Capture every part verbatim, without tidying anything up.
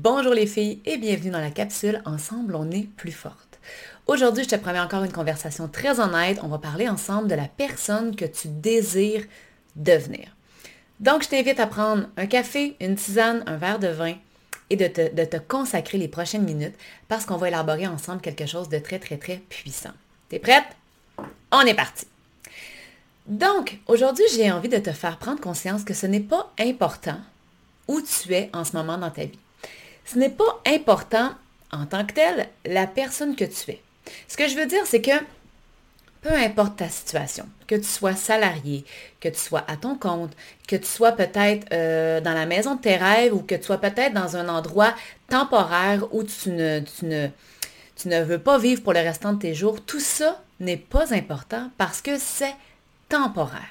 Bonjour les filles et bienvenue dans la capsule Ensemble on est plus forte. Aujourd'hui, je te promets encore une conversation très honnête. On va parler ensemble de la personne que tu désires devenir. Donc, je t'invite à prendre un café, une tisane, un verre de vin et de te, de te consacrer les prochaines minutes parce qu'on va élaborer ensemble quelque chose de très, très, très puissant. T'es prête? On est parti! Donc, aujourd'hui, j'ai envie de te faire prendre conscience que ce n'est pas important où tu es en ce moment dans ta vie. Ce n'est pas important en tant que tel la personne que tu es. Ce que je veux dire, c'est que peu importe ta situation, que tu sois salarié, que tu sois à ton compte, que tu sois peut-être euh, dans la maison de tes rêves ou que tu sois peut-être dans un endroit temporaire où tu ne, tu ne, tu ne veux pas vivre pour le restant de tes jours, tout ça n'est pas important parce que c'est temporaire.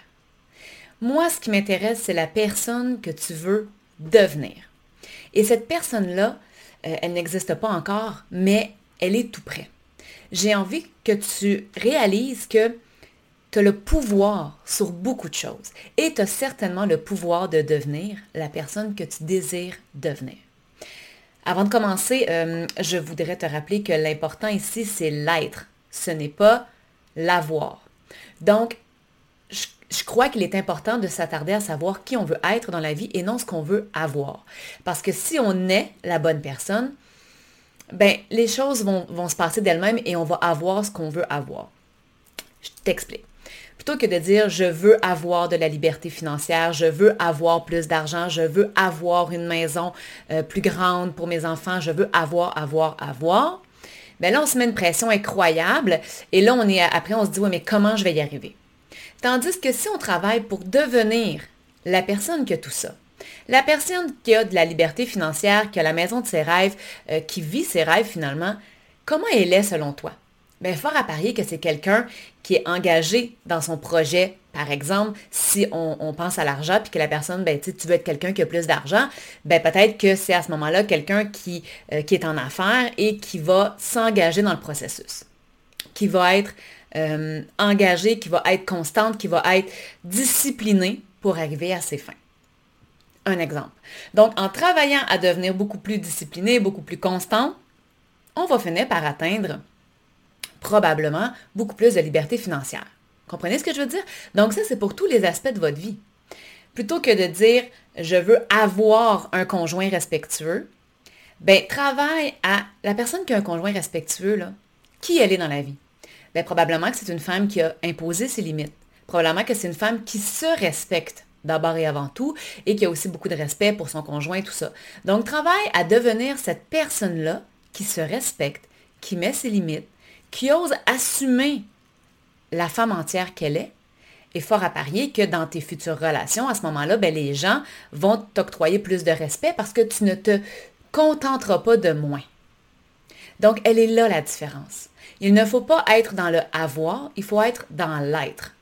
Moi, ce qui m'intéresse, c'est la personne que tu veux devenir. Et cette personne-là, euh, elle n'existe pas encore, mais elle est tout près. J'ai envie que tu réalises que tu as le pouvoir sur beaucoup de choses et tu as certainement le pouvoir de devenir la personne que tu désires devenir. Avant de commencer, euh, je voudrais te rappeler que l'important ici, c'est l'être. Ce n'est pas l'avoir. Donc, je Je crois qu'il est important de s'attarder à savoir qui on veut être dans la vie et non ce qu'on veut avoir. Parce que si on est la bonne personne, ben, les choses vont, vont se passer d'elles-mêmes et on va avoir ce qu'on veut avoir. Je t'explique. Plutôt que de dire je veux avoir de la liberté financière, je veux avoir plus d'argent, je veux avoir une maison euh, plus grande pour mes enfants, je veux avoir, avoir, avoir, ben là, on se met une pression incroyable et là, on est, après, on se dit oui, mais comment je vais y arriver? Tandis que si on travaille pour devenir la personne qui a tout ça, la personne qui a de la liberté financière, qui a la maison de ses rêves, euh, qui vit ses rêves finalement, comment elle est selon toi? Bien, fort à parier que c'est quelqu'un qui est engagé dans son projet. Par exemple, si on, on pense à l'argent puis que la personne, ben, tu veux être quelqu'un qui a plus d'argent, ben, peut-être que c'est à ce moment-là quelqu'un qui, euh, qui est en affaires et qui va s'engager dans le processus, qui va être Euh, engagée, qui va être constante, qui va être disciplinée pour arriver à ses fins. Un exemple. Donc, en travaillant à devenir beaucoup plus disciplinée, beaucoup plus constante, on va finir par atteindre probablement beaucoup plus de liberté financière. Comprenez ce que je veux dire? Donc, ça, c'est pour tous les aspects de votre vie. Plutôt que de dire « je veux avoir un conjoint respectueux », ben, travaille à la personne qui a un conjoint respectueux, là, qui elle est dans la vie. Bien, probablement que c'est une femme qui a imposé ses limites. Probablement que c'est une femme qui se respecte d'abord et avant tout et qui a aussi beaucoup de respect pour son conjoint et tout ça. Donc, travaille à devenir cette personne-là qui se respecte, qui met ses limites, qui ose assumer la femme entière qu'elle est. Et fort à parier que dans tes futures relations, à ce moment-là, bien, les gens vont t'octroyer plus de respect parce que tu ne te contenteras pas de moins. Donc, elle est là la différence. Il ne faut pas être dans le avoir, il faut être dans l'être.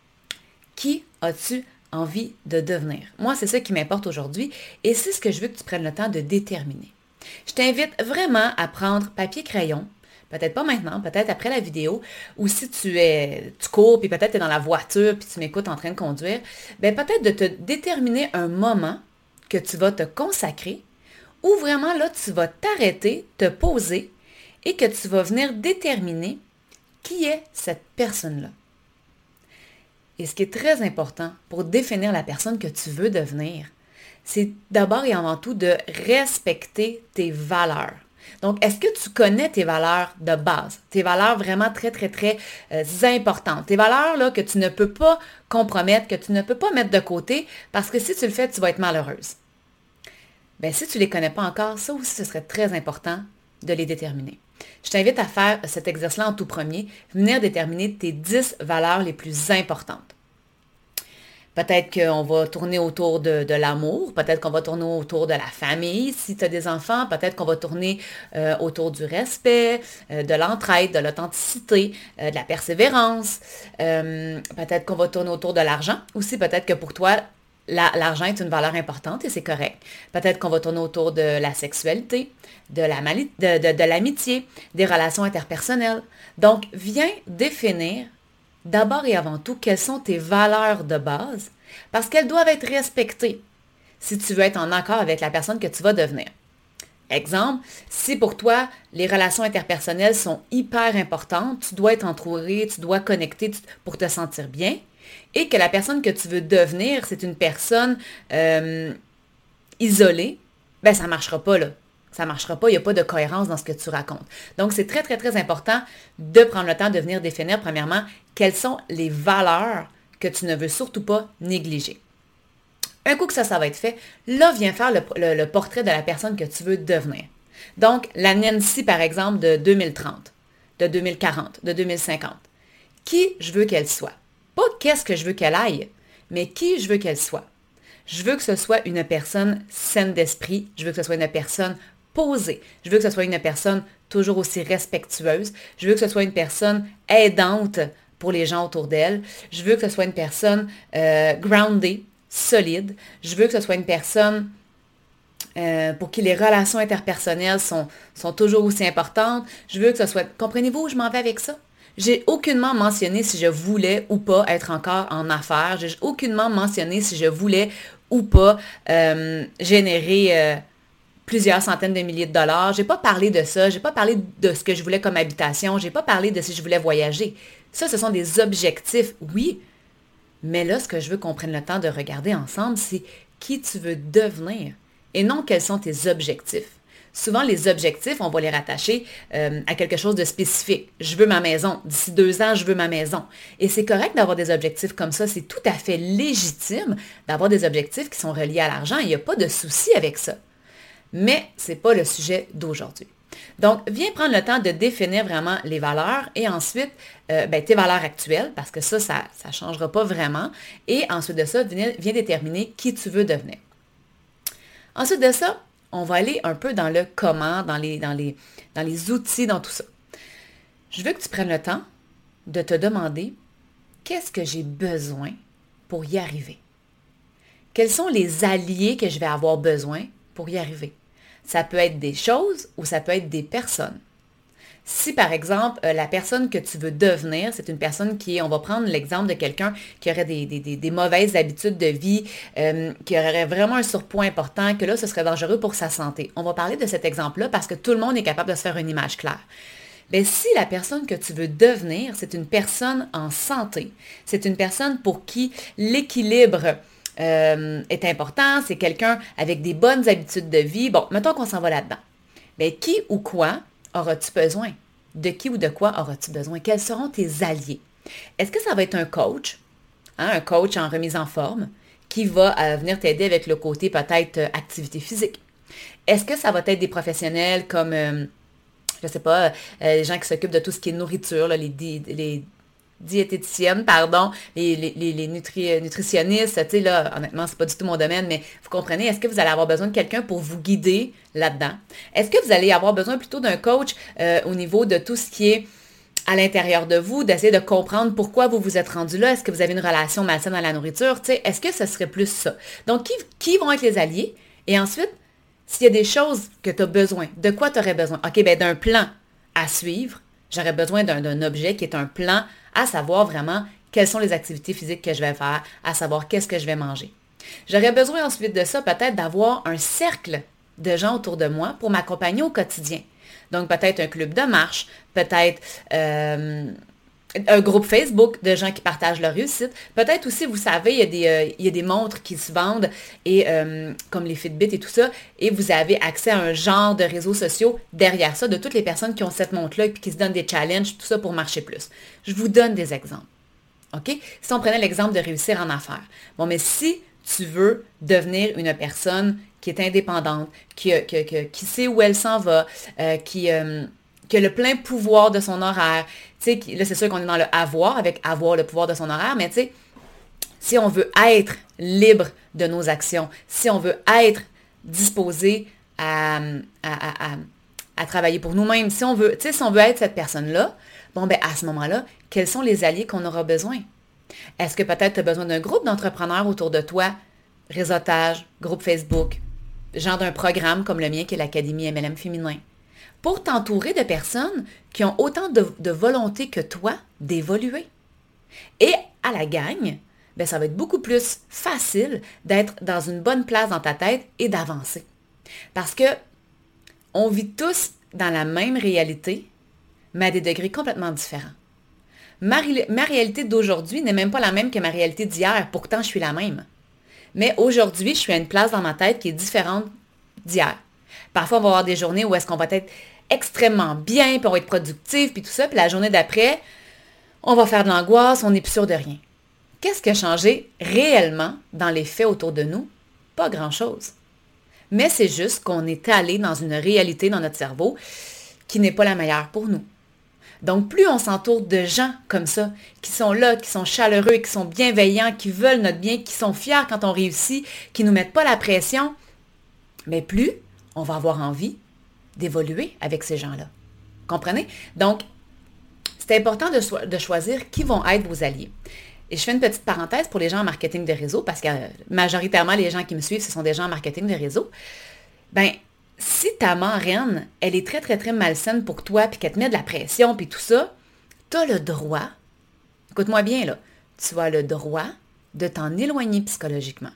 Qui as-tu envie de devenir? Moi, c'est ça qui m'importe aujourd'hui et c'est ce que je veux que tu prennes le temps de déterminer. Je t'invite vraiment à prendre papier-crayon, peut-être pas maintenant, peut-être après la vidéo, ou si tu es, tu cours, puis peut-être tu es dans la voiture, puis tu m'écoutes en train de conduire, bien peut-être de te déterminer un moment que tu vas te consacrer, où vraiment là, tu vas t'arrêter, te poser, et que tu vas venir déterminer qui est cette personne-là. Et ce qui est très important pour définir la personne que tu veux devenir, c'est d'abord et avant tout de respecter tes valeurs. Donc, est-ce que tu connais tes valeurs de base? Tes valeurs vraiment très, très, très euh, importantes. Tes valeurs là, que tu ne peux pas compromettre, que tu ne peux pas mettre de côté, parce que si tu le fais, tu vas être malheureuse. Bien, si tu ne les connais pas encore, ça aussi, ce serait très important de les déterminer. Je t'invite à faire cet exercice-là en tout premier, venir déterminer tes dix valeurs les plus importantes. Peut-être qu'on va tourner autour de, de l'amour, peut-être qu'on va tourner autour de la famille si tu as des enfants, peut-être qu'on va tourner euh, autour du respect, euh, de l'entraide, de l'authenticité, euh, de la persévérance, euh, peut-être qu'on va tourner autour de l'argent aussi, peut-être que pour toi, La, l'argent est une valeur importante et c'est correct. Peut-être qu'on va tourner autour de la sexualité, de, la mali- de, de, de l'amitié, des relations interpersonnelles. Donc, viens définir d'abord et avant tout quelles sont tes valeurs de base parce qu'elles doivent être respectées si tu veux être en accord avec la personne que tu vas devenir. Exemple, si pour toi, les relations interpersonnelles sont hyper importantes, tu dois être entouré, tu dois connecter pour te sentir bien, et que la personne que tu veux devenir, c'est une personne euh, isolée, ben ça ne marchera pas là. Ça ne marchera pas, il n'y a pas de cohérence dans ce que tu racontes. Donc, c'est très, très, très important de prendre le temps de venir définir, premièrement, quelles sont les valeurs que tu ne veux surtout pas négliger. Un coup que ça, ça va être fait, là, viens faire le, le, le portrait de la personne que tu veux devenir. Donc, la Nancy, par exemple, de deux mille trente, de deux mille quarante, de deux mille cinquante. Qui je veux qu'elle soit? Pas qu'est-ce que je veux qu'elle aille, mais qui je veux qu'elle soit. Je veux que ce soit une personne saine d'esprit. Je veux que ce soit une personne posée. Je veux que ce soit une personne toujours aussi respectueuse. Je veux que ce soit une personne aidante pour les gens autour d'elle. Je veux que ce soit une personne euh, grounded, solide. Je veux que ce soit une personne euh, pour qui les relations interpersonnelles sont, sont toujours aussi importantes. Je veux que ce soit... Comprenez-vous où je m'en vais avec ça? J'ai aucunement mentionné si je voulais ou pas être encore en affaires. J'ai aucunement mentionné si je voulais ou pas euh, générer euh, plusieurs centaines de milliers de dollars. J'ai pas parlé de ça. J'ai pas parlé de ce que je voulais comme habitation. J'ai pas parlé de si je voulais voyager. Ça, ce sont des objectifs, oui. Mais là, ce que je veux qu'on prenne le temps de regarder ensemble, c'est qui tu veux devenir et non quels sont tes objectifs. Souvent, les objectifs, on va les rattacher euh, à quelque chose de spécifique. Je veux ma maison. D'ici deux ans, je veux ma maison. Et c'est correct d'avoir des objectifs comme ça. C'est tout à fait légitime d'avoir des objectifs qui sont reliés à l'argent. Il n'y a pas de souci avec ça. Mais ce n'est pas le sujet d'aujourd'hui. Donc, viens prendre le temps de définir vraiment les valeurs et ensuite, euh, ben, tes valeurs actuelles, parce que ça, ça ne changera pas vraiment. Et ensuite de ça, viens, viens déterminer qui tu veux devenir. Ensuite de ça, on va aller un peu dans le comment, dans les, dans les, dans les outils, dans tout ça. Je veux que tu prennes le temps de te demander qu'est-ce que j'ai besoin pour y arriver. Quels sont les alliés que je vais avoir besoin pour y arriver? Ça peut être des choses ou ça peut être des personnes. Si, par exemple, la personne que tu veux devenir, c'est une personne qui est, on va prendre l'exemple de quelqu'un qui aurait des, des, des mauvaises habitudes de vie, euh, qui aurait vraiment un surpoids important, que là, ce serait dangereux pour sa santé. On va parler de cet exemple-là parce que tout le monde est capable de se faire une image claire. Bien, si la personne que tu veux devenir, c'est une personne en santé, c'est une personne pour qui l'équilibre euh, est important, c'est quelqu'un avec des bonnes habitudes de vie, bon, mettons qu'on s'en va là-dedans. Bien, qui ou quoi auras-tu besoin? De qui ou de quoi auras-tu besoin? Quels seront tes alliés? Est-ce que ça va être un coach, hein, un coach en remise en forme, qui va euh, venir t'aider avec le côté peut-être euh, activité physique? Est-ce que ça va être des professionnels comme, euh, je ne sais pas, euh, les gens qui s'occupent de tout ce qui est nourriture, là, les, di- les diététiciennes, pardon, les, les, les, les nutri- nutritionnistes, tu sais, là, honnêtement, c'est pas du tout mon domaine, mais vous comprenez, est-ce que vous allez avoir besoin de quelqu'un pour vous guider là-dedans? Est-ce que vous allez avoir besoin plutôt d'un coach euh, au niveau de tout ce qui est à l'intérieur de vous, d'essayer de comprendre pourquoi vous vous êtes rendu là? Est-ce que vous avez une relation malsaine à la nourriture? Tu sais, est-ce que ce serait plus ça? Donc, qui, qui vont être les alliés? Et ensuite, s'il y a des choses que tu as besoin, de quoi tu aurais besoin? OK, bien d'un plan à suivre, j'aurais besoin d'un, d'un objet qui est un plan à savoir vraiment quelles sont les activités physiques que je vais faire, à savoir qu'est-ce que je vais manger. J'aurais besoin ensuite de ça peut-être d'avoir un cercle de gens autour de moi pour m'accompagner au quotidien. Donc peut-être un club de marche, peut-être euh, un groupe Facebook de gens qui partagent leur réussite. Peut-être aussi, vous savez, il y a des, euh, il y a des montres qui se vendent, et euh, comme les Fitbit et tout ça, et vous avez accès à un genre de réseaux sociaux derrière ça, de toutes les personnes qui ont cette montre-là et qui se donnent des challenges, tout ça pour marcher plus. Je vous donne des exemples. OK? Si on prenait l'exemple de réussir en affaires. Bon, mais si tu veux devenir une personne qui est indépendante, qui, qui, qui, qui sait où elle s'en va, euh, qui... Euh, qui a le plein pouvoir de son horaire. Tu sais, là, c'est sûr qu'on est dans le avoir, avec avoir le pouvoir de son horaire, mais tu sais, si on veut être libre de nos actions, si on veut être disposé à, à, à, à, à travailler pour nous-mêmes, si on veut, tu sais, si on veut être cette personne-là, bon, ben à ce moment-là, quels sont les alliés qu'on aura besoin? Est-ce que peut-être tu as besoin d'un groupe d'entrepreneurs autour de toi? Réseautage, groupe Facebook, genre d'un programme comme le mien qui est l'Académie M L M Féminin. Pour t'entourer de personnes qui ont autant de, de volonté que toi d'évoluer. Et à la gagne, ben ça va être beaucoup plus facile d'être dans une bonne place dans ta tête et d'avancer. Parce que On vit tous dans la même réalité, mais à des degrés complètement différents. Ma, ma réalité d'aujourd'hui n'est même pas la même que ma réalité d'hier, pourtant je suis la même. Mais aujourd'hui, je suis à une place dans ma tête qui est différente d'hier. Parfois, on va avoir des journées où est-ce qu'on va être extrêmement bien, puis on va être productif, puis tout ça, puis la journée d'après, on va faire de l'angoisse, on n'est plus sûr de rien. Qu'est-ce qui a changé réellement dans les faits autour de nous? Pas grand-chose. Mais c'est juste qu'on est allé dans une réalité dans notre cerveau qui n'est pas la meilleure pour nous. Donc, plus on s'entoure de gens comme ça, qui sont là, qui sont chaleureux, qui sont bienveillants, qui veulent notre bien, qui sont fiers quand on réussit, qui ne nous mettent pas la pression, mais plus on va avoir envie d'évoluer avec ces gens-là. Comprenez? Donc, c'est important de, so- de choisir qui vont être vos alliés. Et je fais une petite parenthèse pour les gens en marketing de réseau, parce que euh, majoritairement, les gens qui me suivent, ce sont des gens en marketing de réseau. Ben, si ta marraine, elle est très, très, très malsaine pour toi, puis qu'elle te met de la pression, puis tout ça, tu as le droit, écoute-moi bien là, tu as le droit de t'en éloigner psychologiquement.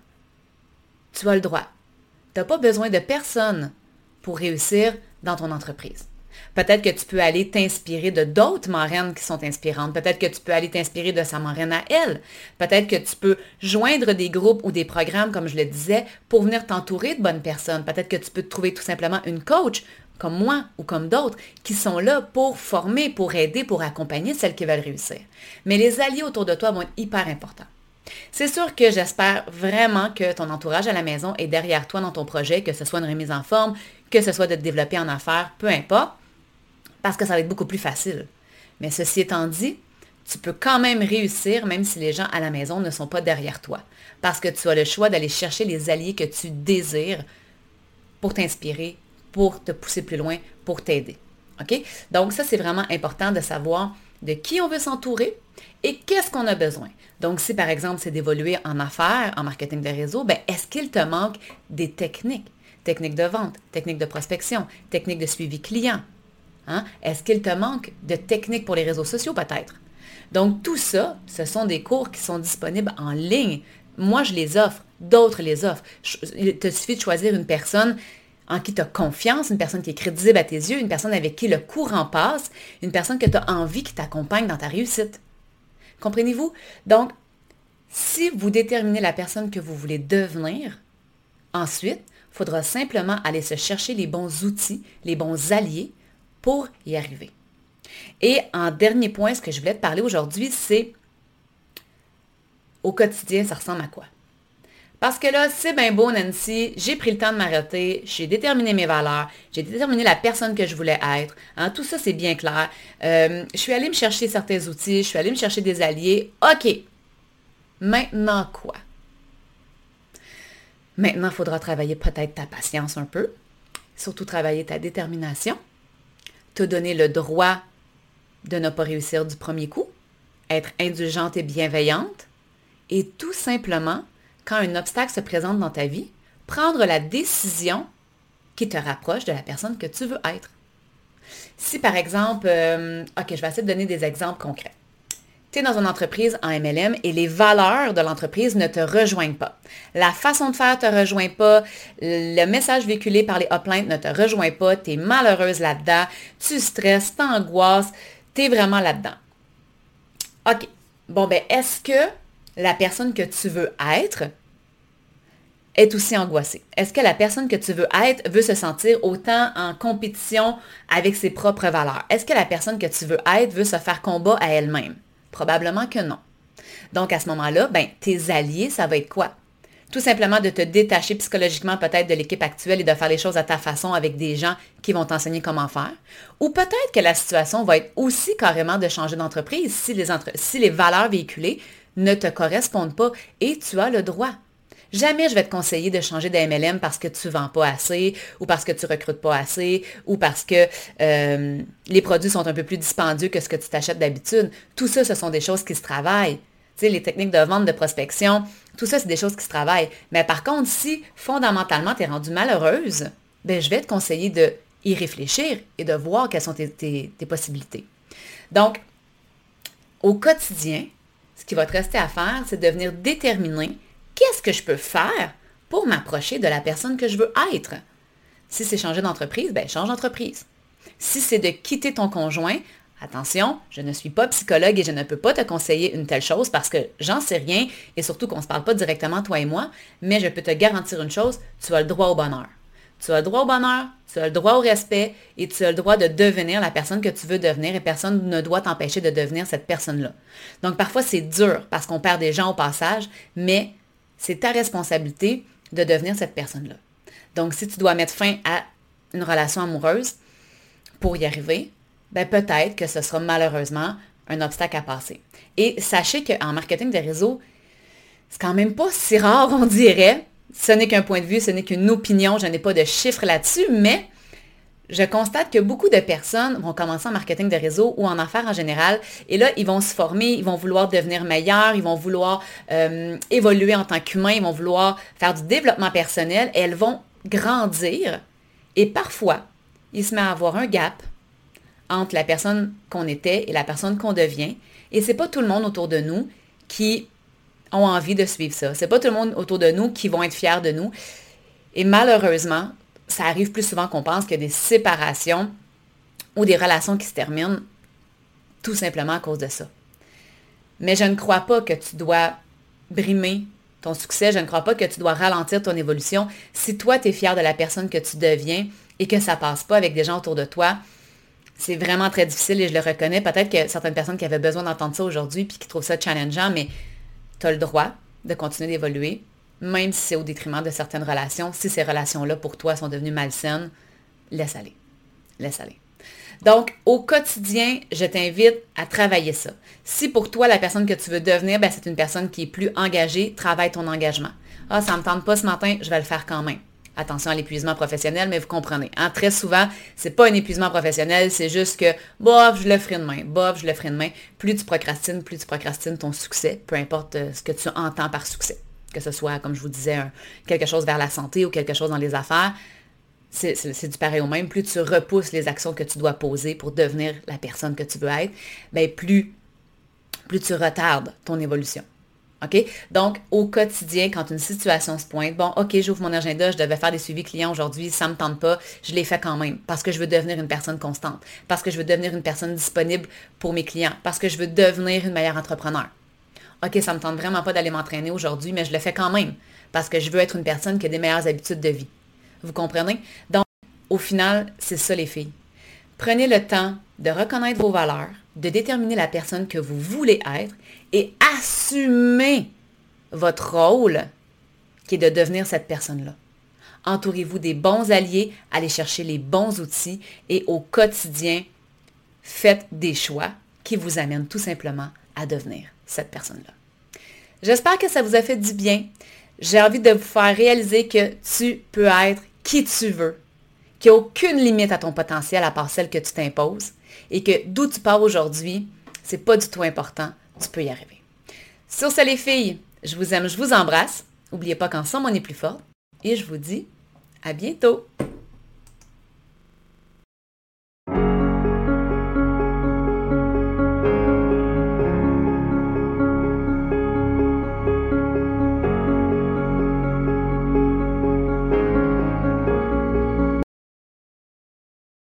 Tu as le droit. Tu n'as pas besoin de personne pour réussir dans ton entreprise. Peut-être que tu peux aller t'inspirer de d'autres marraines qui sont inspirantes. Peut-être que tu peux aller t'inspirer de sa marraine à elle. Peut-être que tu peux joindre des groupes ou des programmes, comme je le disais, pour venir t'entourer de bonnes personnes. Peut-être que tu peux te trouver tout simplement une coach, comme moi ou comme d'autres, qui sont là pour former, pour aider, pour accompagner celles qui veulent réussir. Mais les alliés autour de toi vont être hyper importants. C'est sûr que j'espère vraiment que ton entourage à la maison est derrière toi dans ton projet, que ce soit une remise en forme, que ce soit de te développer en affaires, peu importe, parce que ça va être beaucoup plus facile. Mais ceci étant dit, tu peux quand même réussir même si les gens à la maison ne sont pas derrière toi, parce que tu as le choix d'aller chercher les alliés que tu désires pour t'inspirer, pour te pousser plus loin, pour t'aider. OK? Donc ça, c'est vraiment important de savoir de qui on veut s'entourer et qu'est-ce qu'on a besoin. Donc, si par exemple, c'est d'évoluer en affaires, en marketing de réseau, ben, est-ce qu'il te manque des techniques? Techniques de vente, techniques de prospection, techniques de suivi client. Hein? Est-ce qu'il te manque de techniques pour les réseaux sociaux peut-être? Donc, tout ça, ce sont des cours qui sont disponibles en ligne. Moi, je les offre, d'autres les offrent. Il te suffit de choisir une personne en qui tu as confiance, une personne qui est crédible à tes yeux, une personne avec qui le courant passe, une personne que tu as envie qui t'accompagne dans ta réussite. Comprenez-vous? Donc, si vous déterminez la personne que vous voulez devenir, ensuite, il faudra simplement aller se chercher les bons outils, les bons alliés pour y arriver. Et en dernier point, ce que je voulais te parler aujourd'hui, c'est au quotidien, ça ressemble à quoi? Parce que là, c'est bien beau, Nancy, j'ai pris le temps de m'arrêter, j'ai déterminé mes valeurs, j'ai déterminé la personne que je voulais être. Hein, tout ça, c'est bien clair. Euh, je suis allée me chercher certains outils, je suis allée me chercher des alliés. OK. Maintenant quoi? Maintenant, il faudra travailler peut-être ta patience un peu, surtout travailler ta détermination, te donner le droit de ne pas réussir du premier coup, être indulgente et bienveillante, et tout simplement, quand un obstacle se présente dans ta vie, prendre la décision qui te rapproche de la personne que tu veux être. Si par exemple, euh, OK, je vais essayer de donner des exemples concrets. Tu es dans une entreprise en M L M et les valeurs de l'entreprise ne te rejoignent pas. La façon de faire ne te rejoint pas, le message véhiculé par les uplines ne te rejoint pas, tu es malheureuse là-dedans, tu stresses, t'angoisses, tu es vraiment là-dedans. OK, bon ben est-ce que la personne que tu veux être est aussi angoissée? Est-ce que la personne que tu veux être veut se sentir autant en compétition avec ses propres valeurs? Est-ce que la personne que tu veux être veut se faire combat à elle-même? Probablement que non. Donc à ce moment-là, ben, tes alliés, ça va être quoi? Tout simplement de te détacher psychologiquement peut-être de l'équipe actuelle et de faire les choses à ta façon avec des gens qui vont t'enseigner comment faire. Ou peut-être que la situation va être aussi carrément de changer d'entreprise si les, entre... si les valeurs véhiculées ne te correspondent pas et tu as le droit. Jamais je vais te conseiller de changer de M L M parce que tu ne vends pas assez ou parce que tu ne recrutes pas assez ou parce que euh, les produits sont un peu plus dispendieux que ce que tu t'achètes d'habitude. Tout ça, ce sont des choses qui se travaillent. Tu sais, les techniques de vente, de prospection, tout ça, c'est des choses qui se travaillent. Mais par contre, si fondamentalement, tu es rendue malheureuse, ben, je vais te conseiller de y réfléchir et de voir quelles sont tes, tes, tes possibilités. Donc, au quotidien, ce qui va te rester à faire, c'est de venir déterminer qu'est-ce que je peux faire pour m'approcher de la personne que je veux être. Si c'est changer d'entreprise, ben change d'entreprise. Si c'est de quitter ton conjoint, attention, je ne suis pas psychologue et je ne peux pas te conseiller une telle chose parce que j'en sais rien et surtout qu'on ne se parle pas directement, toi et moi, mais je peux te garantir une chose, tu as le droit au bonheur. Tu as le droit au bonheur, tu as le droit au respect et tu as le droit de devenir la personne que tu veux devenir et personne ne doit t'empêcher de devenir cette personne-là. Donc parfois c'est dur parce qu'on perd des gens au passage, mais c'est ta responsabilité de devenir cette personne-là. Donc si tu dois mettre fin à une relation amoureuse pour y arriver, ben peut-être que ce sera malheureusement un obstacle à passer. Et sachez qu'en marketing de réseau, c'est quand même pas si rare, on dirait. Ce n'est qu'un point de vue, ce n'est qu'une opinion, je n'ai pas de chiffres là-dessus, mais je constate que beaucoup de personnes vont commencer en marketing de réseau ou en affaires en général, et là, ils vont se former, ils vont vouloir devenir meilleurs, ils vont vouloir euh, évoluer en tant qu'humains, ils vont vouloir faire du développement personnel, et elles vont grandir, et parfois, il se met à avoir un gap entre la personne qu'on était et la personne qu'on devient, et c'est pas tout le monde autour de nous qui ont envie de suivre ça. C'est pas tout le monde autour de nous qui vont être fiers de nous. Et malheureusement, ça arrive plus souvent qu'on pense qu'il y a des séparations ou des relations qui se terminent tout simplement à cause de ça. Mais je ne crois pas que tu dois brimer ton succès. Je ne crois pas que tu dois ralentir ton évolution. Si toi, tu es fier de la personne que tu deviens et que ça ne passe pas avec des gens autour de toi, c'est vraiment très difficile et je le reconnais. Peut-être que certaines personnes qui avaient besoin d'entendre ça aujourd'hui puis qui trouvent ça challengeant, mais tu as le droit de continuer d'évoluer, même si c'est au détriment de certaines relations. Si ces relations-là, pour toi, sont devenues malsaines, laisse aller. Laisse aller. Donc, au quotidien, je t'invite à travailler ça. Si pour toi, la personne que tu veux devenir, ben, c'est une personne qui est plus engagée, travaille ton engagement. Ah, ça ne me tente pas ce matin, je vais le faire quand même. Attention à l'épuisement professionnel, mais vous comprenez. Hein? Très souvent, c'est pas un épuisement professionnel, c'est juste que, bof, je le ferai demain, bof, je le ferai demain. Plus tu procrastines, plus tu procrastines ton succès, peu importe ce que tu entends par succès. Que ce soit, comme je vous disais, un, quelque chose vers la santé ou quelque chose dans les affaires, c'est, c'est, c'est du pareil au même. Plus tu repousses les actions que tu dois poser pour devenir la personne que tu veux être, bien plus, plus tu retardes ton évolution. OK? Donc, au quotidien, quand une situation se pointe, bon, OK, j'ouvre mon agenda, je devais faire des suivis clients aujourd'hui, ça ne me tente pas, je l'ai fait quand même parce que je veux devenir une personne constante, parce que je veux devenir une personne disponible pour mes clients, parce que je veux devenir une meilleure entrepreneur. OK, ça ne me tente vraiment pas d'aller m'entraîner aujourd'hui, mais je le fais quand même parce que je veux être une personne qui a des meilleures habitudes de vie. Vous comprenez? Donc, au final, c'est ça les filles. Prenez le temps de reconnaître vos valeurs, de déterminer la personne que vous voulez être et assumez votre rôle qui est de devenir cette personne-là. Entourez-vous des bons alliés, allez chercher les bons outils et au quotidien, faites des choix qui vous amènent tout simplement à devenir cette personne-là. J'espère que ça vous a fait du bien. J'ai envie de vous faire réaliser que tu peux être qui tu veux, qu'il n'y a aucune limite à ton potentiel à part celle que tu t'imposes et que d'où tu pars aujourd'hui, c'est pas du tout important, tu peux y arriver. Sur ce les filles, je vous aime, je vous embrasse. N'oubliez pas qu'ensemble on est plus fort et je vous dis à bientôt.